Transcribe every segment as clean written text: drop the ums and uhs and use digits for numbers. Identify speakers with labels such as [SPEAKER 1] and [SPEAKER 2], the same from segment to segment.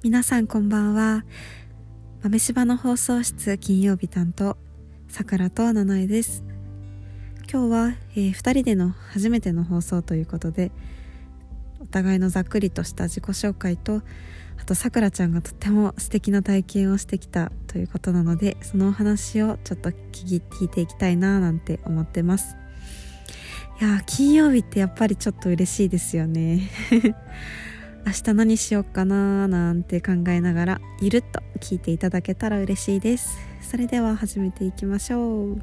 [SPEAKER 1] 皆さんこんばんは。豆柴の放送室金曜日担当さくらと七重です。今日は、2人での初めての放送ということで、お互いのざっくりとした自己紹介と、あとさくらちゃんがとっても素敵な体験をしてきたということなので、そのお話をちょっと聞いていきたいななんて思ってます。いや、金曜日ってやっぱりちょっと嬉しいですよね明日何しようかななんて考えながらゆるっと聞いていただけたら嬉しいです。それでは始めていきましょう。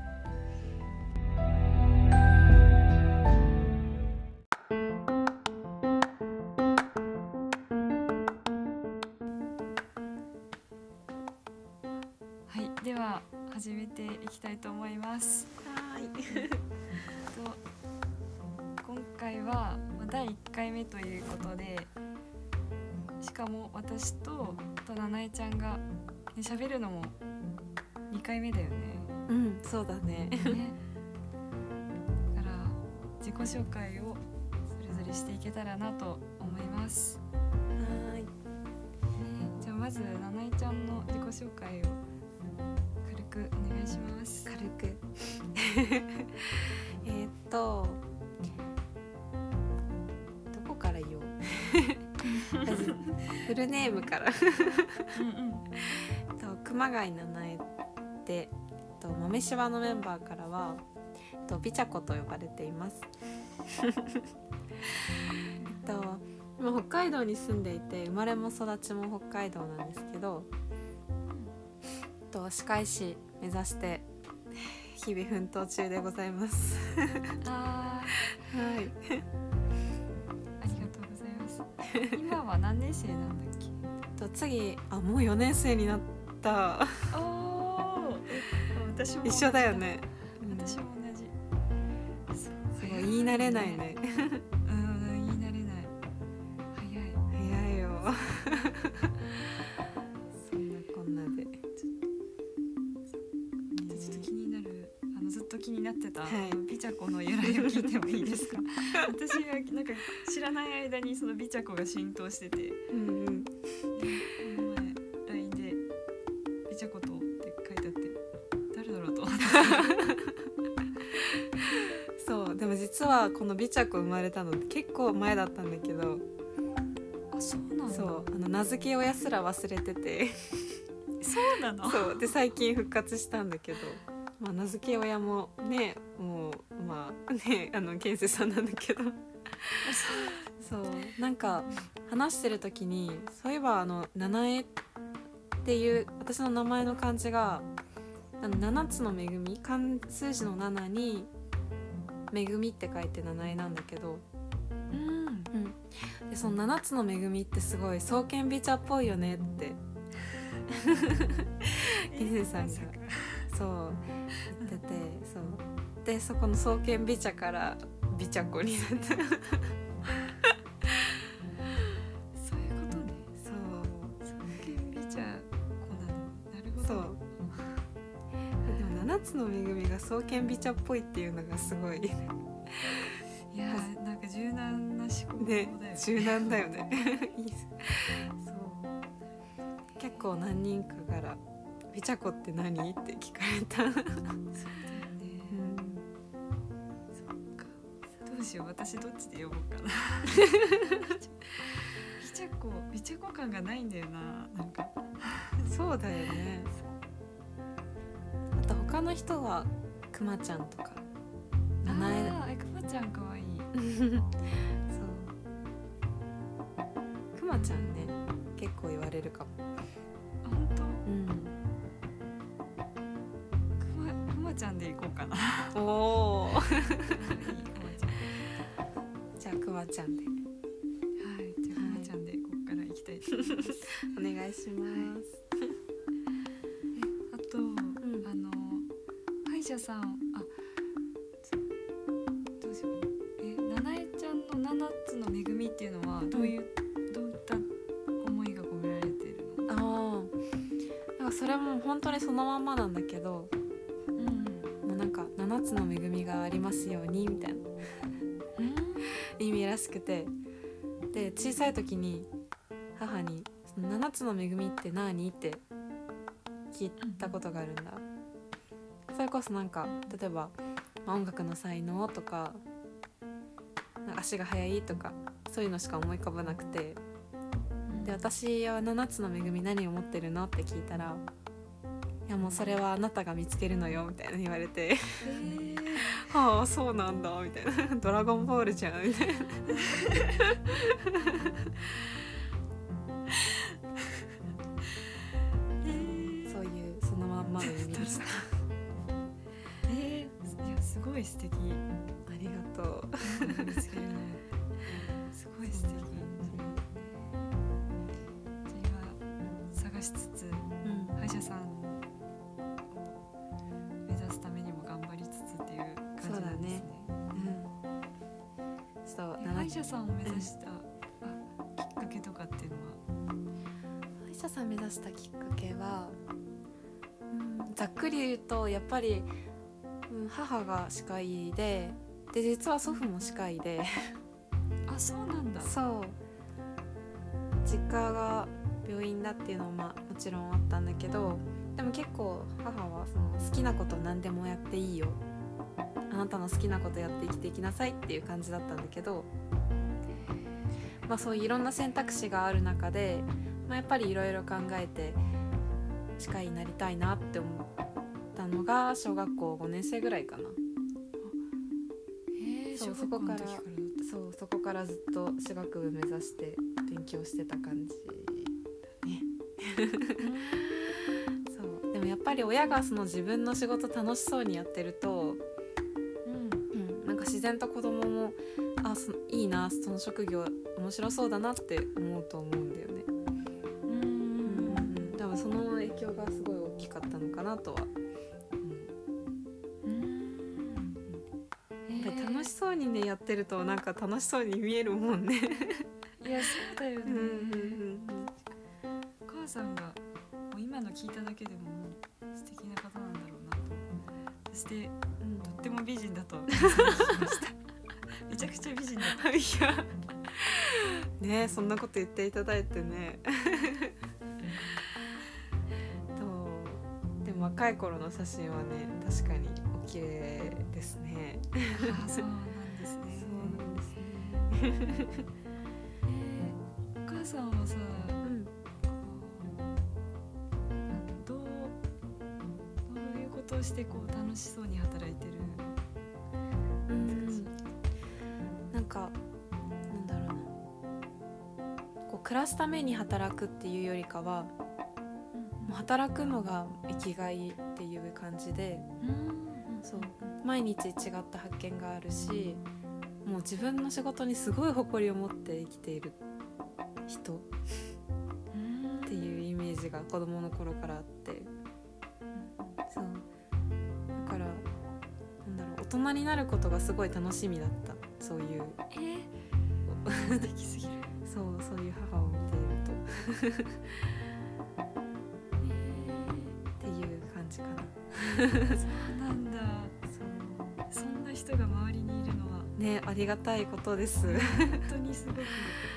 [SPEAKER 2] はい、では始めていきたいと思います。今回は第1回目ということで、しかも私と七重ちゃんが喋るのも2回目だよね。
[SPEAKER 1] そうだね
[SPEAKER 2] だから自己紹介をそれぞれしていけたらなと思います。
[SPEAKER 1] はい、
[SPEAKER 2] じゃあまず七重ちゃんの自己紹介を軽くお願いします。
[SPEAKER 1] 軽くどこから言おうまずフルネームから熊谷七重で、豆柴のメンバーからはビチャコと呼ばれています今北海道に住んでいて、生まれも育ちも北海道なんですけど、歯科医師目指して日々奮闘中でございますはい、
[SPEAKER 2] ありがとうございます今は何年生なんだっけ？
[SPEAKER 1] 次もう4年生になった
[SPEAKER 2] 私も
[SPEAKER 1] 一緒だよね。
[SPEAKER 2] 私も同じ。
[SPEAKER 1] すごい言い慣れないね
[SPEAKER 2] 言い慣れない。
[SPEAKER 1] 早いよそんなこんなで
[SPEAKER 2] ちょっと気になる、ずっと気になってた、ビチャコの由来を聞いてもいいですか？私がなんか知らない間にそのビチャコが浸透してて、この前 LINE でビチャコとって書いてあって、誰だろうと思って
[SPEAKER 1] そう、でも実はこのビチャコ生まれたの結構前だったんだけど、
[SPEAKER 2] そうなんだ。
[SPEAKER 1] そう、名付け親すら忘れてて
[SPEAKER 2] そうなの？
[SPEAKER 1] そうで最近復活したんだけど、名付け親もね、もうケンセさんなんだけどそうなんか話してる時に、そういえば七重っていう私の名前の漢字が7つの恵み、漢数字の7に恵みって書いて七重なんだけど、でその7つの恵みってすごい爽健美茶っぽいよねってケンセさんがそう言ってて、そうでそこの爽健美茶から美茶子になったそういうこ
[SPEAKER 2] とね。
[SPEAKER 1] そう
[SPEAKER 2] 爽健美茶子なの。なるほど。
[SPEAKER 1] そうでも7つの恵みが爽健美茶っぽいっていうのがすごいい
[SPEAKER 2] やなんか柔軟な思考だよね。
[SPEAKER 1] 柔軟だよねいいそう結構何人かから美茶子って何って聞かれたそうだよね、
[SPEAKER 2] そっか。どうしよう、私どっちで呼ぼうかな美茶子感がないんだよな、なんか
[SPEAKER 1] そうだよね。あと他の人はくまちゃんとか七重
[SPEAKER 2] くまちゃんかわいい
[SPEAKER 1] そうくまちゃんね、結構言われるかも。
[SPEAKER 2] 本当？くまちゃんでいこうかな
[SPEAKER 1] おお
[SPEAKER 2] じゃあくまちゃんで、じゃあくまちゃんでここから行きたいと思います
[SPEAKER 1] お願いします。
[SPEAKER 2] あと、歯医者さん、どうしよう、七重ちゃんの7つの恵みっていうのはどういった思いが込められてるの？
[SPEAKER 1] なんかそれも本当にそのまんまなんだけど、もうなんか7つの恵みがありますようにみたいな意味らしくて、で小さい時に母にその7つの恵みって何って聞いたことがあるんだ。それこそなんか例えば、音楽の才能とか、なんか足が速いとかそういうのしか思い浮かばなくて、で私は7つの恵み何を持ってるのって聞いたら、いやもうそれはあなたが見つけるのよみたいな言われてはあそうなんだみたいなドラゴンボールじゃんみたいなそういうそのまんまの意味でした
[SPEAKER 2] いやすごい素敵。
[SPEAKER 1] ありがとう
[SPEAKER 2] 見つけるのすごい素敵。じゃあ今探しつつ、歯医者さんを目指すためにも頑張りつつっていう感じなんですね。
[SPEAKER 1] そう
[SPEAKER 2] 歯医者さんを目指した、きっかけとかっていうのは？
[SPEAKER 1] 歯医者さん目指したきっかけは、ざっくり言うとやっぱり、母が歯科医で実は祖父も歯科医で
[SPEAKER 2] あ、そうなんだ。
[SPEAKER 1] そう実家が病院だっていうのも、もちろんあったんだけど、でも結構母はその好きなこと何でもやっていいよ、あなたの好きなことやって生きていきなさいっていう感じだったんだけど、そういういろんな選択肢がある中で、やっぱりいろいろ考えて歯科医になりたいなって思ったのが小学校5年生ぐらいかな。そうそこからそこからずっと歯学部目指して勉強してた感じだねそうでもやっぱり親がその自分の仕事楽しそうにやってると、なんか自然と子供もいいな、その職業面白そうだなって思うと思うんだよね。多分その影響がすごい大きかったのかなとは。やっぱり楽しそうにねやってるとなんか楽しそうに見えるもんね
[SPEAKER 2] いやそうだよね。お母さんがもう今の聞いただけでももう素敵な方なんだろうなと。そして、とっても美人だと想像しましためちゃくちゃ美人だった
[SPEAKER 1] いやね、そんなこと言っていただいてねでも若い頃の写真はね確かにお綺麗ですね
[SPEAKER 2] そうなんですね。
[SPEAKER 1] そうなんですね
[SPEAKER 2] お母さんはさ、どういうことをしてこう楽しそうに働いてる？
[SPEAKER 1] なんかなんだろうな、こう暮らすために働くっていうよりかは、もう働くのが生きがいっていう感じで、そう毎日違った発見があるし、もう自分の仕事にすごい誇りを持って生きている人っていうイメージが子供の頃からあって、そうだからなんだろう、大人になることがすごい楽しみだった。そういう
[SPEAKER 2] 素敵すぎる
[SPEAKER 1] そういう母を見ているとっていう感じかな
[SPEAKER 2] そうなんだ。そんな人が周りにいるのは
[SPEAKER 1] ね、ありがたいことです
[SPEAKER 2] 本当にすごく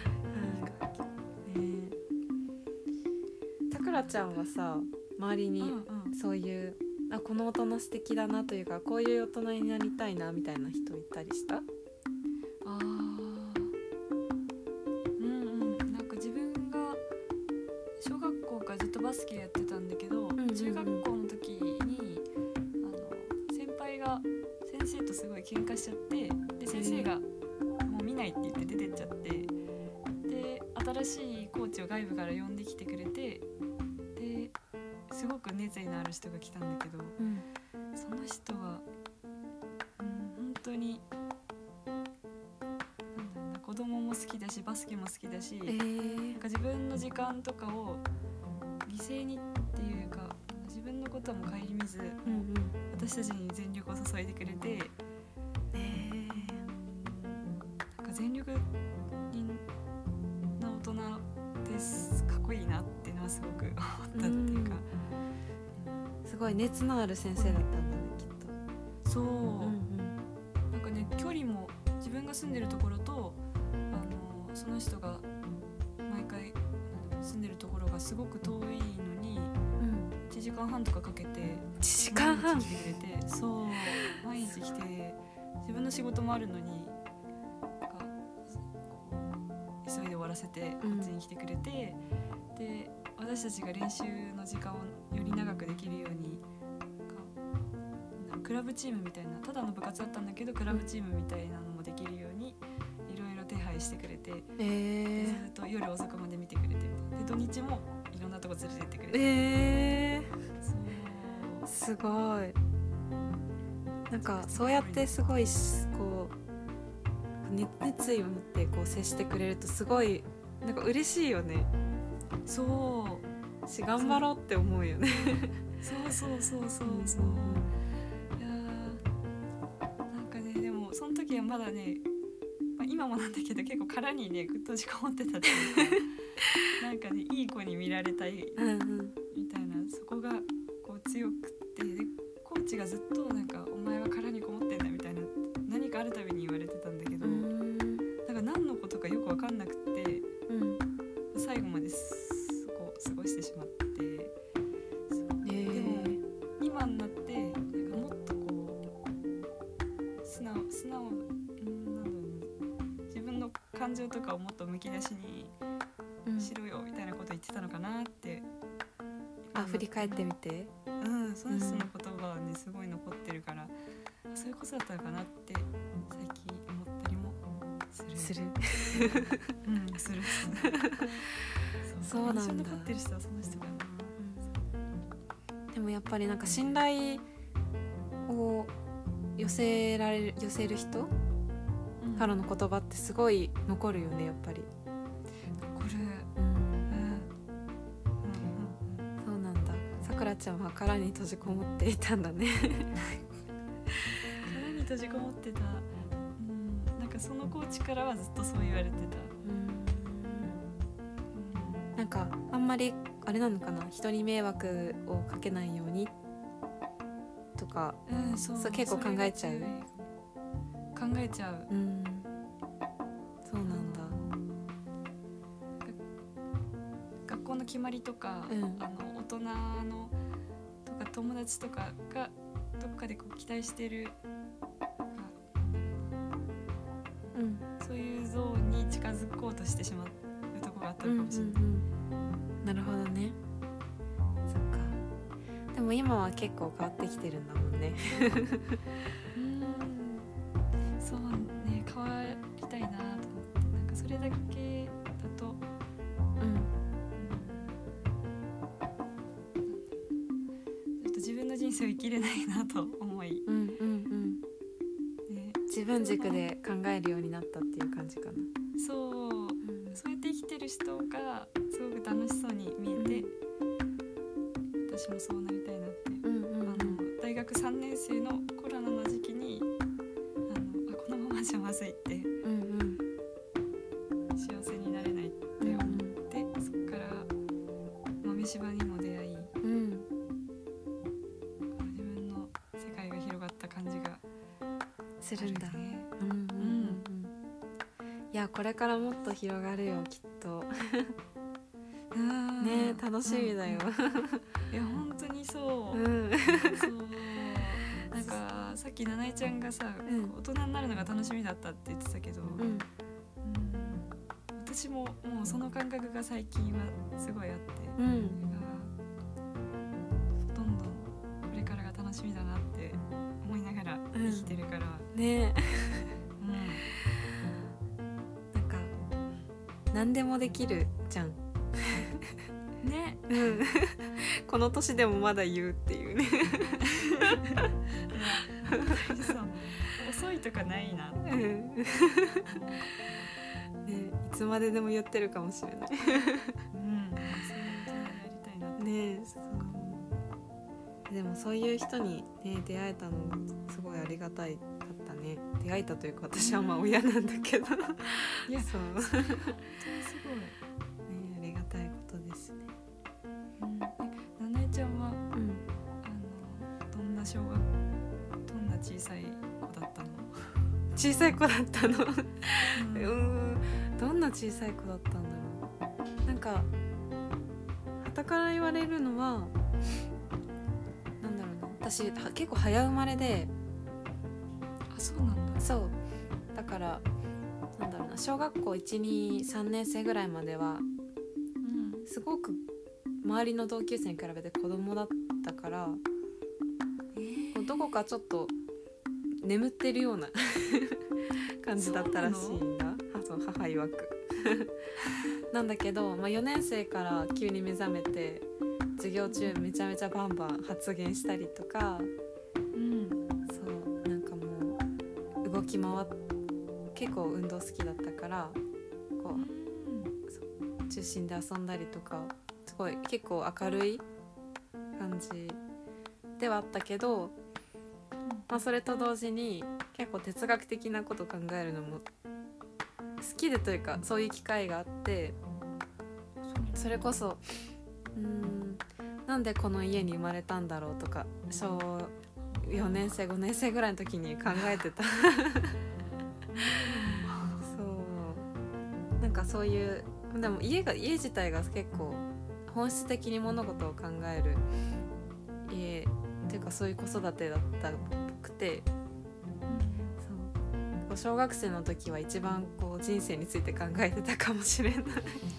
[SPEAKER 1] さくらちゃんはさ、周りにそういう、この大人素敵だなというか、こういう大人になりたいなみたいな人いたりした？
[SPEAKER 2] なんか自分が小学校からずっとバスケやってたんだけど、中学校の時に先輩が先生とすごい喧嘩しちゃって、で先生がもう見ないって言って出てっちゃって、で新しいコーチを外部から呼んできてくれて、ですごく熱意のある人が来たんだけど、その人は、本当に子供も好きだしバスケも好きだし、なんか自分の時間とかを犠牲にっていうか、自分のことはもう顧みず、私たちに全力を注いでくれて、なんか全力な大人ってかっこいいなっていうのはすごく思ったっていうか、
[SPEAKER 1] すごい熱のある先生だったんだね、きっと。
[SPEAKER 2] そう、なんかね、距離も自分が住んでるところとその人が毎回住んでるところがすごく遠いのに1時間半とかかけて
[SPEAKER 1] 1時間半
[SPEAKER 2] 来てくれて、そう毎日来て、自分の仕事もあるのになんかこう急いで終わらせてこっちに来てくれて、で私たちが練習の時間をより長くできるようになんかクラブチームみたいな、ただの部活だったんだけどクラブチームみたいなのもできるようにいろいろ手配してくれて、でずっと夜遅くまで見てくれて、で土日もいろんなとこ連れてってくれて、そう
[SPEAKER 1] すごい。なんかそうやってすごいこう熱意を持ってこう接してくれるとすごいなんか嬉しいよね。
[SPEAKER 2] そう
[SPEAKER 1] し頑張ろうって思うよね。
[SPEAKER 2] そういやなんかね、でもその時はまだね、今もなんだけど結構殻にね閉じこもってたっていうかなんかねいい子に見られたいみたいな、そこがこう強くて、でコーチがずっとなんかお前は殻にこもってんだみたいな何かあるたびに言われてたんだけど、なんか何のことかよく分かんなくて、最後までこう過ごしてしまって、でも今になってなんかもっとこう素直なんだろうね、自分の感情とかをもっとむき出しにしろよみたいなこと言ってたのかなって、
[SPEAKER 1] 振り返ってみて、
[SPEAKER 2] その人の言葉はねすごい残ってるから、そういうことだったのかなって最近思ったりもするする
[SPEAKER 1] そうなんだ。
[SPEAKER 2] 印象に残ってる人はその人かな、
[SPEAKER 1] でもやっぱりなんか信頼を寄せる人からの言葉ってすごい残るよね、やっぱり。
[SPEAKER 2] 残る。
[SPEAKER 1] そうなんだ。さくらちゃんは殻に閉じこもっていたんだね。
[SPEAKER 2] 殻に閉じこもってた。なんかそのコーチからはずっとそう言われてた。
[SPEAKER 1] なんかあんまりあれなのかな、人に迷惑をかけないようにとか、そう結構考えちゃう。
[SPEAKER 2] 考えちゃう。
[SPEAKER 1] そうなんだ。
[SPEAKER 2] 学校の決まりとか、大人のとか友達とかがどっかでこう期待してる、そういうゾーンに近づこうとしてしまうところがあったのかもしれない。
[SPEAKER 1] なるほどね。そっか。でも今は結構変わってきてるんだもんね。
[SPEAKER 2] そうね、変わりたいなと思って、なんかそれだけだと、ちょっと自分の人生を生きれないなと思い、
[SPEAKER 1] 自分軸で考えるようになったっていう感じかな。
[SPEAKER 2] そうやって生きてる人がすごく楽しそうに見えて、私もそうなりたいなって、大学3年生のコロナの時期にこのままじゃまずいって、幸せになれないって思って、そこから豆柴にも出会い、自分の世界が広がった感じが
[SPEAKER 1] するんだ。いや、これからもっと広がるよ、きっと。ね、楽しみだよ。
[SPEAKER 2] いや本当にそう。なんかさっきななえちゃんがさ、大人になるのが楽しみだったって言ってたけど、私ももうその感覚が最近はすごいあって、どんどんこれからが楽しみだなって思いながら生きてるから、
[SPEAKER 1] ね。なんか何でもできるじゃん。
[SPEAKER 2] ね。
[SPEAKER 1] この年でもまだ言うっていうね。
[SPEAKER 2] 遅いとかないなって、
[SPEAKER 1] ね、いつまででも言ってるかもしれない。
[SPEAKER 2] そういう大人やりたいなって。ね、
[SPEAKER 1] でもそういう人に、ね、出会えたのすごいありがたいかったね。出会えたというか、私はまあ親なんだけど、
[SPEAKER 2] いや
[SPEAKER 1] そう
[SPEAKER 2] 本当にすごい、
[SPEAKER 1] ね、ありがたいことですね。
[SPEAKER 2] ななえちゃんは、どんな小さい子だったの？
[SPEAKER 1] 小さい子だったのどんな小さい子だったんだろう。なんか傍から言われるのはなんだろうな、私結構早生まれで、
[SPEAKER 2] あ、そうなんだ。
[SPEAKER 1] そうだからなんだろうな、小学校 1,2,3 年生ぐらいまではすごく周りの同級生に比べて子供だったから、こうどこかちょっと眠ってるような感じだったらしいんだ。そう母曰くなんだけど、4年生から急に目覚めて授業中めちゃめちゃバンバン発言したりとか、そうなんかもう動き回っ結構運動好きだったからこう、中心で遊んだりとかすごい結構明るい感じではあったけど、それと同時に結構哲学的なこと考えるのも好きでというか、そういう機会があって、それこそなんでこの家に生まれたんだろうとか小4年生5年生ぐらいの時に考えてたそうなんかそういう、でも家自体が結構本質的に物事を考える家っていうか、そういう子育てだったっぽくて、そう小学生の時は一番こう人生について考えてたかもしれないそう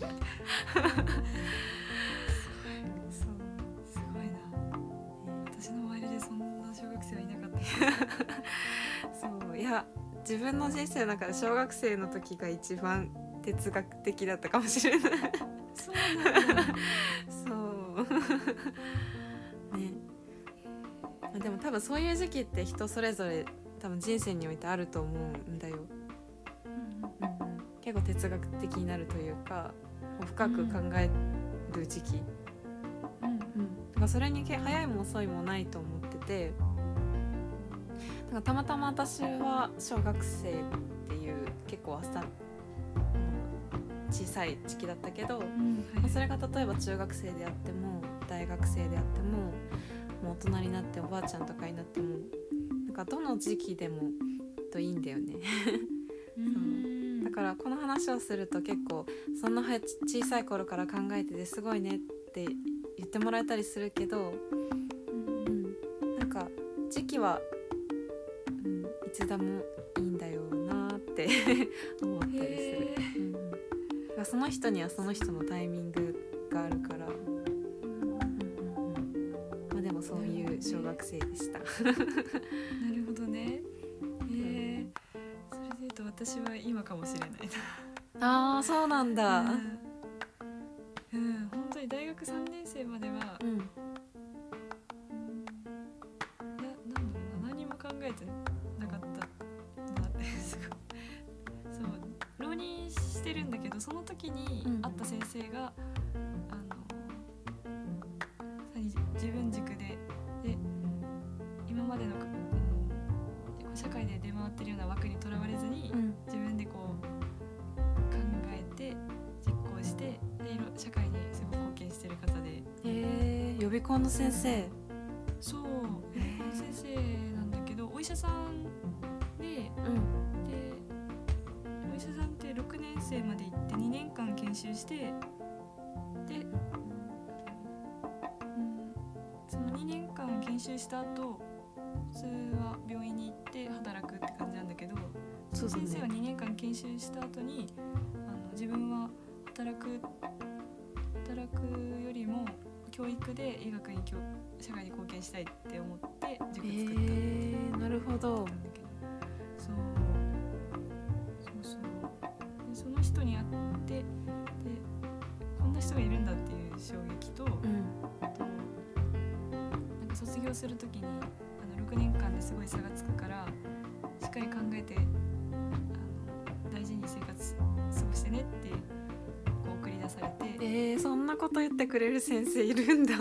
[SPEAKER 2] すごいな。私の周りでそんな小学生はいなかった
[SPEAKER 1] そういや自分の人生の中で小学生の時が一番哲学的だったかもしれない
[SPEAKER 2] そうなんだ
[SPEAKER 1] そうね。でも多分そういう時期って人それぞれ多分人生においてあると思うんだよ、結構哲学的になるというか深く考える時期、だからそれに早いも遅いもないと思ってて、だからたまたま私は小学生っていう結構小さい時期だったけど、それが例えば中学生であっても大学生であってももう大人になっておばあちゃんとかになってもなんかどの時期でもといいんだよねそうだからこの話をすると結構そんな小さい頃から考えててすごいねって言ってもらえたりするけど、なんか時期は、いつでもいいんだよなって思ったりする、だからその人にはその人のタイミングがあるから、でもそういう小学生でした
[SPEAKER 2] なるほどね。それで言うと私は今かもしれない
[SPEAKER 1] ああそうなんだ、
[SPEAKER 2] 本当に大学3年生までは、なんだろうな、何も考えてなかったなってすごいそう浪人してるんだけど、その時に会った先生が、自分軸で今までの、社会で出回ってるような枠にとらわれずに、自分でこう考えて実行して、で社会にすごく貢献してる方で、
[SPEAKER 1] 予備校の先生、
[SPEAKER 2] そう予備校の先生なんだけどお医者さんで、でお医者さんって6年生まで行って2年間研修して、でその2年間研修した後普通は病院に行って働くって感じなんだけど、その先生は2年間研修した後に自分は働くよりも教育で医学に社会に貢献したいって思って塾作った
[SPEAKER 1] なるほど。
[SPEAKER 2] なんだけど、そうでその人に会って、でこんな人がいるんだっていう衝撃と、なんか卒業するときに6年間ですごい差がつくからしっかり考えて大事に生活過ごしてねってこう送り出されて、
[SPEAKER 1] そんなこと言ってくれる先生いるんだす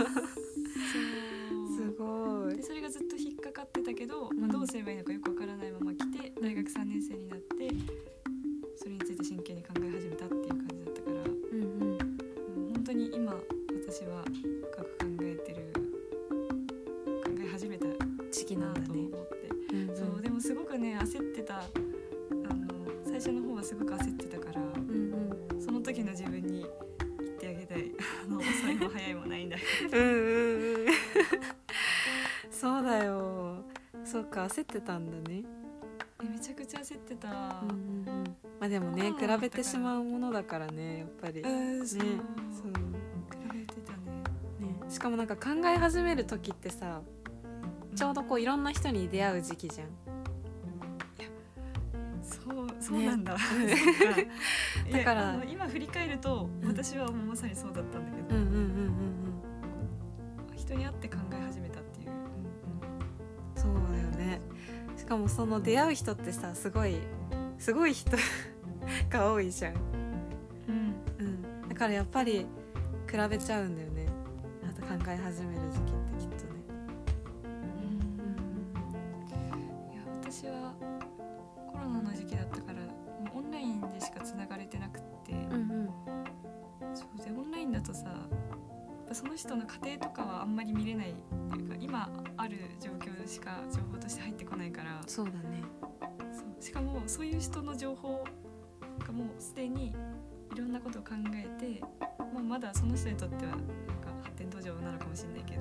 [SPEAKER 1] ごい。
[SPEAKER 2] でそれがずっと引っかかってたけど、どうすればいいのかよくわからないまま来て大学3年生になってそれについて真剣に考え始めたっていう感じだったから、本当に今私は深く考え始めた時期なんだと思って、そうでもすごくね焦ってた、最初の方はすごく焦ってたから、その時の自分に言ってってあげたい遅いも早いもないんだけ
[SPEAKER 1] うんそうだよ。そうか、焦ってたんだね。
[SPEAKER 2] めちゃくちゃ焦ってた、
[SPEAKER 1] まあでもね、比べてしまうものだからね、やっぱりね、
[SPEAKER 2] そう
[SPEAKER 1] 比
[SPEAKER 2] べてたね。
[SPEAKER 1] しかもなんか考え始める時ってさ、ちょうどこういろんな人に出会う時期じゃん。
[SPEAKER 2] そうなんだ、
[SPEAKER 1] だから
[SPEAKER 2] 今振り返ると、私はもうまさにそうだったんだけど、人に会って考え始めたっていう、
[SPEAKER 1] そうだよね。しかもその出会う人ってさ、すごい人が多いじゃん。だからやっぱり比べちゃうんだよね。あと考え始める時期ってきっとね。
[SPEAKER 2] いや、私はコロナの時期だったからもうオンラインでしかつながれてなくって、そうでオンラインだとさ、やっぱその人の家庭とかはあんまり見れないっていうか、今ある状況しか情報として入ってこないから。
[SPEAKER 1] そうだね。
[SPEAKER 2] しかもそういう人の情報がもうすでにいろんなことを考えて、もうまだその人にとってはなんか発展途上なのかもしれないけど、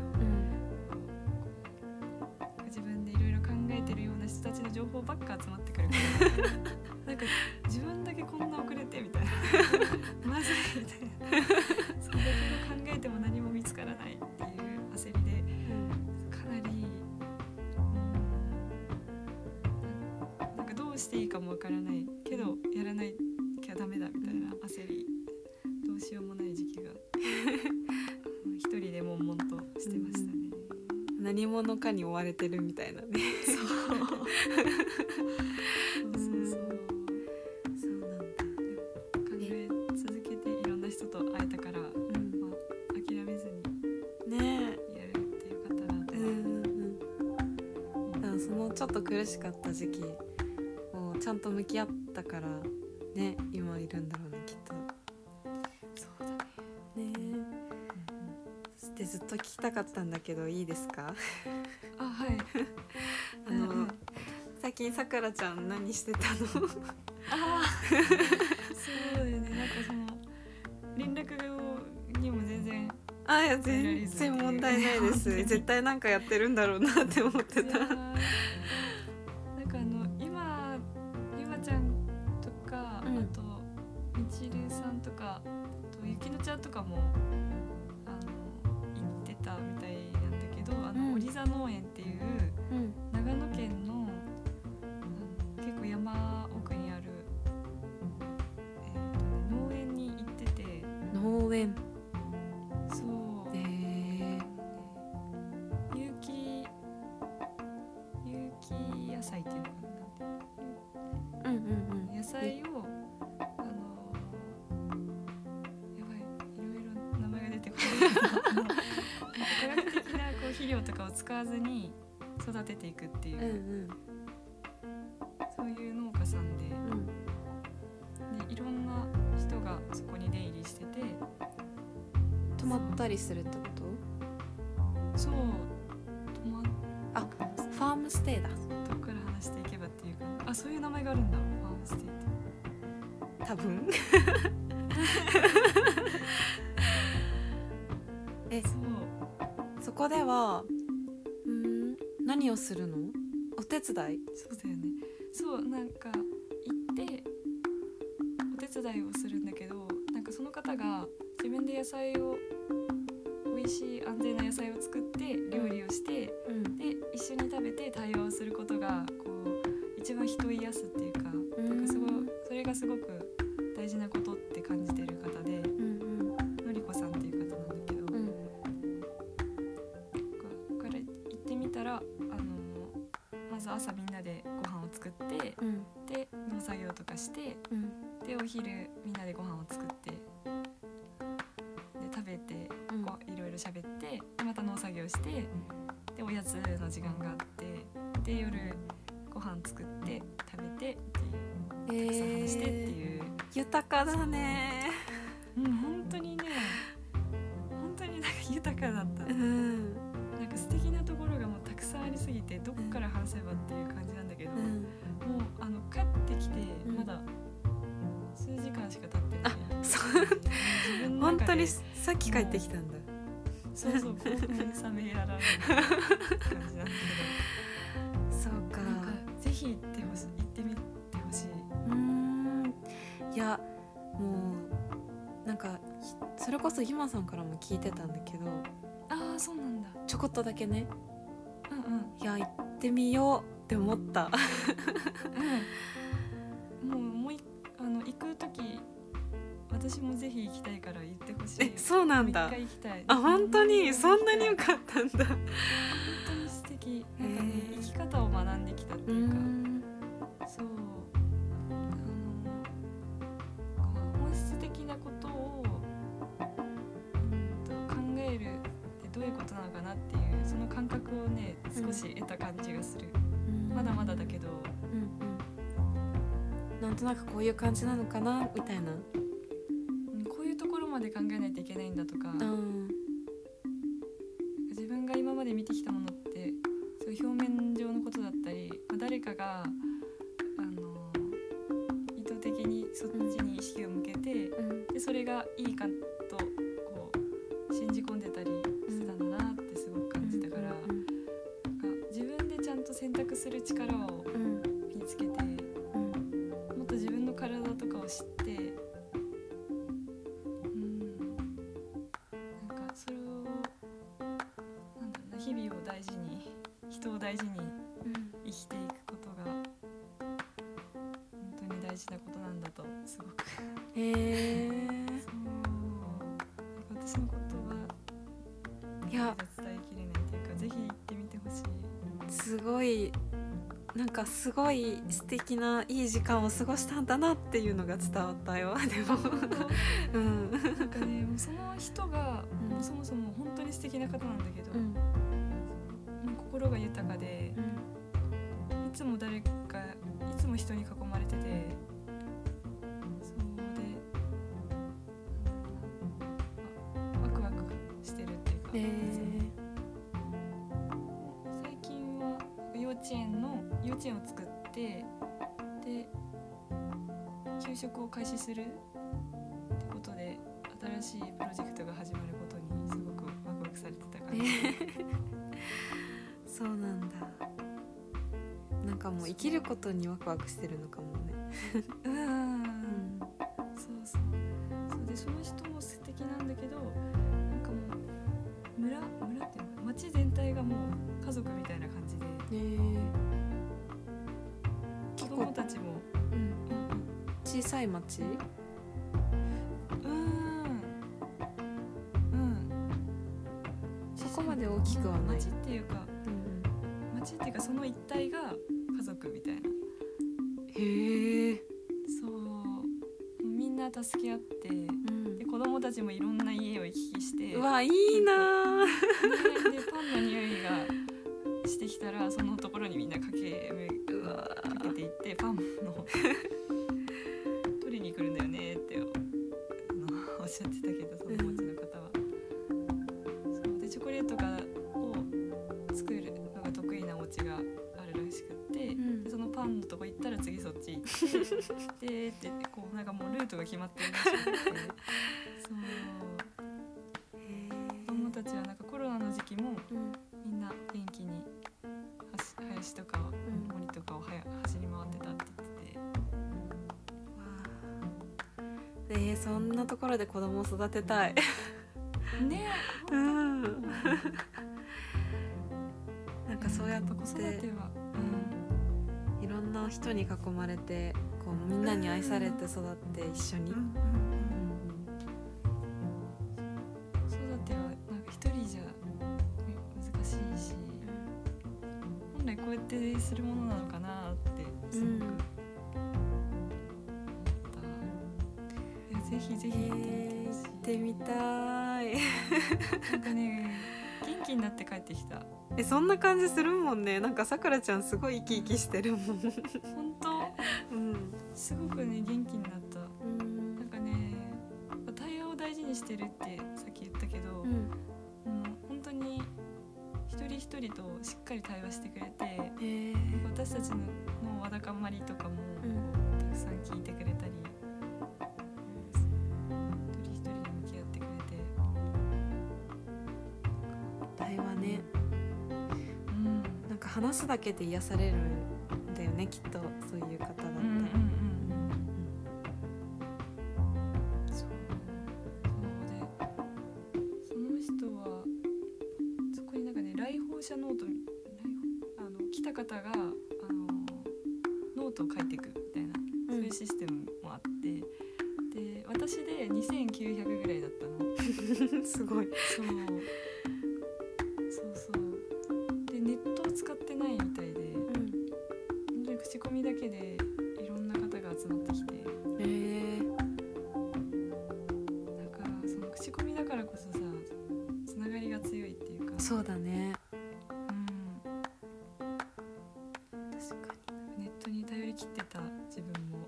[SPEAKER 2] 自分でいろいろ考えてるような人たちの情報ばっか集まってくるからなんか自分だけこんな遅れてみたいなまずいみたいなそれだけ考えても何も見つからないっていう焦りで、かなりなんかどうしていいかもわからないけどやらなきゃダメだみたいな焦り、どうしようもない時期が一人で悶々としてましたね。
[SPEAKER 1] 何者かに追われてるみたいなね。
[SPEAKER 2] そうなんだ。考え続けていろんな人と会えたから、諦めずにやるってよかったなと。
[SPEAKER 1] だからそのちょっと苦しかった時期をちゃんと向き合ったからね、今いるんだろうね、きっと。
[SPEAKER 2] そうだね。
[SPEAKER 1] そしてずっと聞きたかったんだけど、いいですか？
[SPEAKER 2] あ、はい。
[SPEAKER 1] 最近さくらちゃん何してたの？
[SPEAKER 2] そうだよね。なんかその連絡にも全然
[SPEAKER 1] いや全然問題ないです。絶対なんかやってるんだろうなって思ってた。
[SPEAKER 2] なんか今ゆまちゃんとか、あとみちるさんとか、あとゆきのちゃんとかも行ってたみたいなんだけど、オリザ農園っていう長野県の結構山奥にある、農園に行ってて。
[SPEAKER 1] 農園。
[SPEAKER 2] そう。有機野菜っていうのかな、野菜をやばい、いろいろ名前が出てこない科学的な肥料とかを使わずに育てていくっていう、そういう農家さんで、いろんな人がそこに出入りしてて、
[SPEAKER 1] 泊まったりするってこと？
[SPEAKER 2] そう、
[SPEAKER 1] ファームステイだ。
[SPEAKER 2] どっから話していけばっていうか、そういう名前があるんだ、ファームステイって。
[SPEAKER 1] 多分そこでは何をするの？お手伝い？
[SPEAKER 2] そうだよね。そう、なんか行ってお手伝いをするんだけど、なんかその方が自分で野菜を、美味しい安全な野菜を作って料理をして、で一緒に食べて対話をすることがこう一番人を癒すっていうか、なんかそれがすごく大事なことって感じてる方で、のりこさんっていう方なんだけど、から行ってみたら、まず朝みんなでご飯を作って、で農作業とかして、でお昼みんなでご飯を作って、で食べて、いろいろ喋って、でまた農作業して、でおやつの時間があって、で夜ご飯作って食べてっていう、たくさん話してっていう、
[SPEAKER 1] 豊かだね。
[SPEAKER 2] 本当にね、本当になんか豊かだった、なんか素敵なところがもうたくさんありすぎて、どっから話せばっていう感じなんだけど、もう帰ってきてまだ数時間しか経ってない、自分の
[SPEAKER 1] 本当にさっき帰ってきたんだ。
[SPEAKER 2] そうそう、興奮冷めやらぬ感じなんだけど
[SPEAKER 1] そうか。
[SPEAKER 2] なんかぜひ行ってみてほしい。
[SPEAKER 1] いやもうなんかそれこそゆまさんからも聞いてたんだけど、
[SPEAKER 2] ああそうなんだ。
[SPEAKER 1] ちょこっとだけね、
[SPEAKER 2] うん
[SPEAKER 1] いや行ってみようって思った。
[SPEAKER 2] うん、もう行く時私もぜひ行きたいから言ってほしい。
[SPEAKER 1] そうなんだ。
[SPEAKER 2] もう一回行きたい。
[SPEAKER 1] あ、本当にそんなに良かったんだ。
[SPEAKER 2] 本当に素敵。なんかね、生き方を学んできたっていうか、そう本質的なことを考えるってどういうことなのかなっていうその感覚をね少し得た感じがする。まだまだだけど、
[SPEAKER 1] なんとなくこういう感じなのかなみたいな、
[SPEAKER 2] こういうところまで考えないといけないんだとか、自分が今まで見てきたものってそういう表面上のことだったり、誰かが意図的にそっちに意識を向けて、でそれがいいかとこう信じ込んでたりしてたんだなってすごく感じたから、自分でちゃんと選択する力を身につけて、もっと自分の体とかを知って、なんかそれをなんだろうな、日々を大事に人を大事に生きていくことが本当に大事なことなんだとすごくそう私のことはい
[SPEAKER 1] や
[SPEAKER 2] 伝えきれないというか、ぜひ行ってみてほしい。
[SPEAKER 1] すごいなんかすごい素敵ないい時間を過ごしたんだなっていうのが伝わったよ。でも
[SPEAKER 2] なんかね、もうその人が、もうそもそも本当に素敵な方なんだけど、もう心が豊かで、いつもいつも人に囲まれてて、そうでワクワクしてるっていうか、最近は幼稚園を作って、で給食を開始するってことで新しいプロジェクトが始まることにすごくワクワクされてたから、
[SPEAKER 1] そうなんだ。なんかもう生きることにワクワクしてるのかもね。
[SPEAKER 2] そうでその人も素敵なんだけど、なんかもう村っていうの、町全体がもう家族みたいな感じで、子供たちも、
[SPEAKER 1] 小さい町？そこまで大きくはない。
[SPEAKER 2] 町っていうか、その一帯が家族みたいな。そうみんな助け合って、で子供たちもいろんな家を行き来して、
[SPEAKER 1] うわいいな
[SPEAKER 2] でパンの匂いがしてきたらそのところにみんな駆けていってパンの取りに来るんだよねっておっしゃってたけど、そのお家の方は、そうでチョコレートを作るのが得意なお家があるらしくって、そのパンのとこ行ったら次そっち行ってでこうなんかもうルートが決まってるらしくって子供たちはなんかコロナの時期もみんな元気に林とか森とかを走り回ってたって言ってて、
[SPEAKER 1] そんなところで子供を育てたい
[SPEAKER 2] ね。
[SPEAKER 1] なんかそうやって
[SPEAKER 2] 子育ては、
[SPEAKER 1] いろんな人に囲まれてこうみんなに愛されて育って一緒に、
[SPEAKER 2] 子育てはなんか一人じゃ難しいし、本来こうやってするものなのかなってすごく思った。いやぜひぜひ行ってみてほしい。
[SPEAKER 1] 行ってみたい
[SPEAKER 2] なんかね、元気になって帰ってきた。
[SPEAKER 1] そんな感じするもんね。なんかさくらちゃんすごい生き生きしてるもん
[SPEAKER 2] 本当、すごくね元気になった。なんかね、対話を大事にしてるってさっき言ったけど、本当に一人一人としっかり対話してくれて、私たちのわだかまりとかもたくさん聞いてくれたり、一人一人に向き合ってく
[SPEAKER 1] 話すだけで癒されるんだよね、きっとそういう方だったら。
[SPEAKER 2] そうで、その人はそこになんかね、来訪者ノート、来た方がノートを書いていくみたいな、そういうシステムもあって、で私で2900ぐらいだったの
[SPEAKER 1] すごい。
[SPEAKER 2] そうで、ネットを使ってないみたいで、本当に口コミだけでいろんな方が集まってきて、だからその口コミだからこそさ、つながりが強いっていうか。
[SPEAKER 1] そうだね。
[SPEAKER 2] 確かにネットに頼り切ってた自分も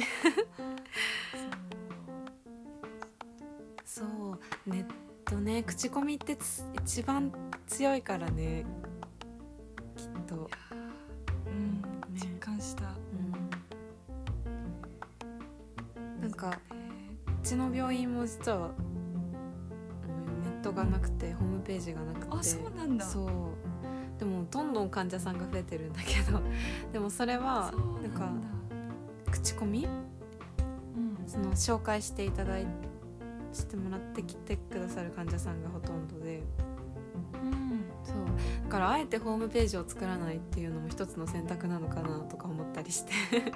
[SPEAKER 1] そうネットね、口コミって一番強いからね、きっと。
[SPEAKER 2] 実感した。
[SPEAKER 1] なんかうちの病院も実はネットがなくて、ホームページがなくて。
[SPEAKER 2] あ、そうなんだ。
[SPEAKER 1] そうでもどんどん患者さんが増えてるんだけどでもそれはなんか口コミ、その紹介してもらってきてくださる患者さんがほとんどで、そうだからあえてホームページを作らないっていうのも一つの選択なのかなとか思ったりして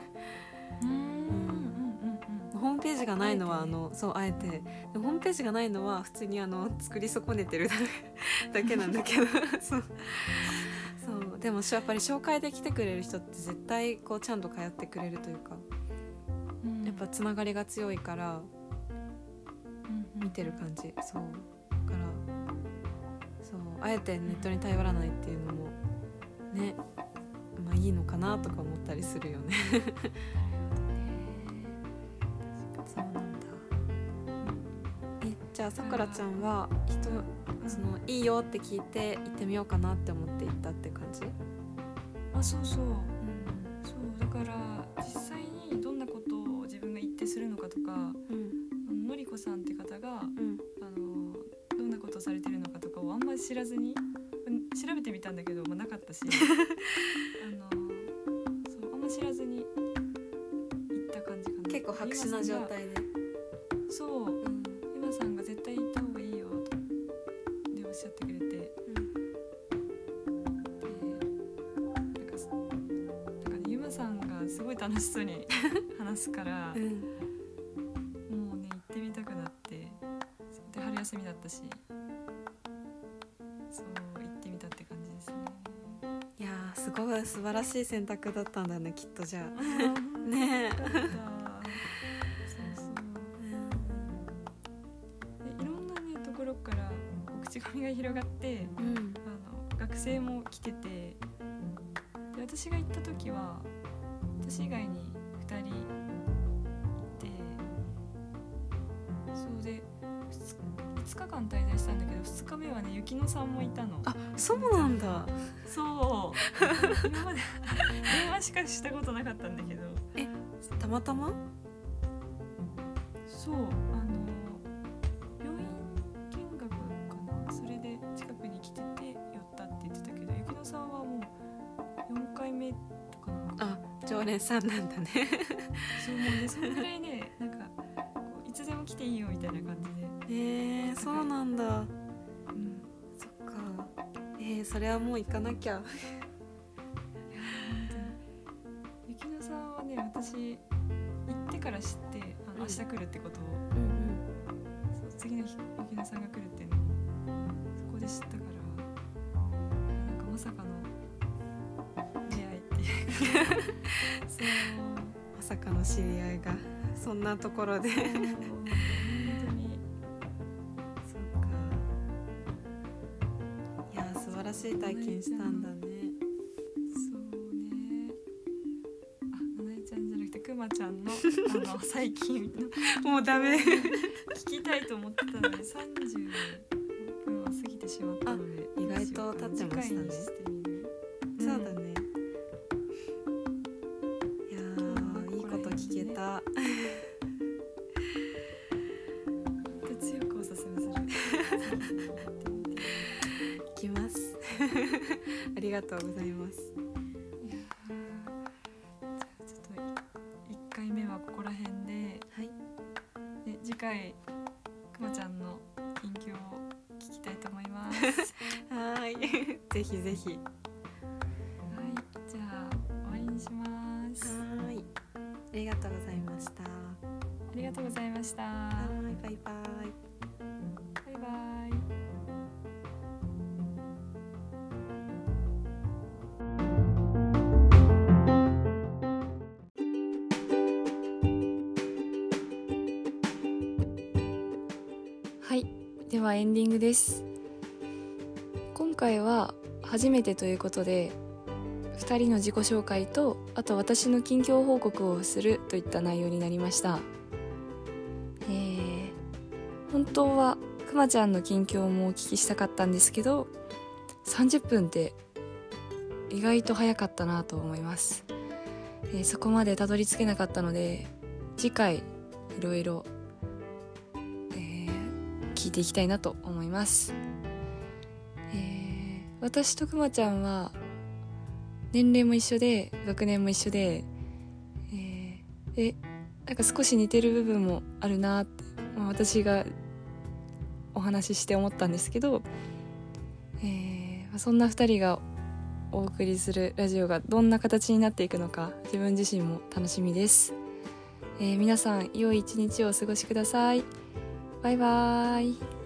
[SPEAKER 1] ホームページがないのはそうあえてでホームページがないのは普通に作り損ねてるだけなんだけどそうでもやっぱり紹介で来てくれる人って絶対こうちゃんと通ってくれるというか、やっぱつながりが強いから見てる感じ。そうだからそうあえてネットに頼らないっていうのもね、まあいいのかなとか思ったりするよねそうなんだ。じゃあさくらちゃんはそのいいよって聞いて行ってみようかなって思って行ったって感じ？
[SPEAKER 2] あ、そう、そうだから実際にどんなことを自分が言ってするのかとか、のりこさんって方が、どんなことをされてるのかとかをあんまり知らずに調べてみたんだけど、なかったしそうあんま知らずに行った感じかな。
[SPEAKER 1] 結構白紙な状態で。
[SPEAKER 2] そう、ゆまさんが絶対行った方がいいよとでおっしゃってくれて、なんかゆまさんがすごい楽しそうに話すから、もうね行ってみたくなって、で春休みだったし、そう行ってみたって感じですね。
[SPEAKER 1] いやーすごい素晴らしい選択だったんだね、きっと。じゃあねえいろんなねところから口コミが広がって、学生も来てて、で私が行った時は私以外に2人いて、そうで5日間滞在したんだけど、2日目はね雪乃さんもいたの。 あ、そうなんだ。
[SPEAKER 2] そう今まで電話しかしたことなかったんだけど、
[SPEAKER 1] たまたま？
[SPEAKER 2] そう病院見学かな、それで近くに来てて寄ったって言ってたけど、雪乃さんはもう4回目とかなんか。
[SPEAKER 1] あ、常連さんなんだね
[SPEAKER 2] そうもうね、そのぐらいね、なんかこういつでも来ていいよみたいな感じで。
[SPEAKER 1] そうなんだ。そっか。それはもう行かなきゃ。
[SPEAKER 2] いや本当に雪乃さんはね、私行ってから知って明日来るってことを、そう次の日雪乃さんが来るっていうのをそこで知ったから、なんかまさかの出会いっていうかそう
[SPEAKER 1] まさかの知り合いがそんなところで
[SPEAKER 2] 本当に
[SPEAKER 1] そっか。いや素晴らしい体験したんだね。
[SPEAKER 2] そうね。あ、ななえちゃんじゃなくてくまちゃんの最近の
[SPEAKER 1] もうダメ
[SPEAKER 2] 聞きたいと思ってたので30分を過ぎてしまったので、
[SPEAKER 1] 意外と経ってましたね。
[SPEAKER 2] 次回にしてみる。
[SPEAKER 1] そうだね。いやーいいこと聞けた。
[SPEAKER 2] 強くおすすめする。
[SPEAKER 1] 行きますあありがとうございます。
[SPEAKER 2] じゃあちょっと1回目はここら辺で、
[SPEAKER 1] はい、
[SPEAKER 2] で次回くまちゃんの近況を聞きたいと思います
[SPEAKER 1] はい、ぜひぜひ。
[SPEAKER 2] はい、じゃあ終わりにします。
[SPEAKER 1] はい、ありがとうございました。
[SPEAKER 2] ありがとうございました。
[SPEAKER 1] はい、バイバイ。
[SPEAKER 2] バイバイ。はい、ではエンディングです。今回は初めてということで2人の自己紹介とあと私の近況報告をするといった内容になりました。本当はくまちゃんの近況もお聞きしたかったんですけど30分って意外と早かったなと思います。そこまでたどり着けなかったので次回いろいろ聞いていきたいなと思います。私とくまちゃんは年齢も一緒で学年も一緒で、なんか少し似てる部分もあるなって、私がお話しして思ったんですけど、そんな2人がお送りするラジオがどんな形になっていくのか自分自身も楽しみです。皆さん良い一日をお過ごしください。バイバーイ。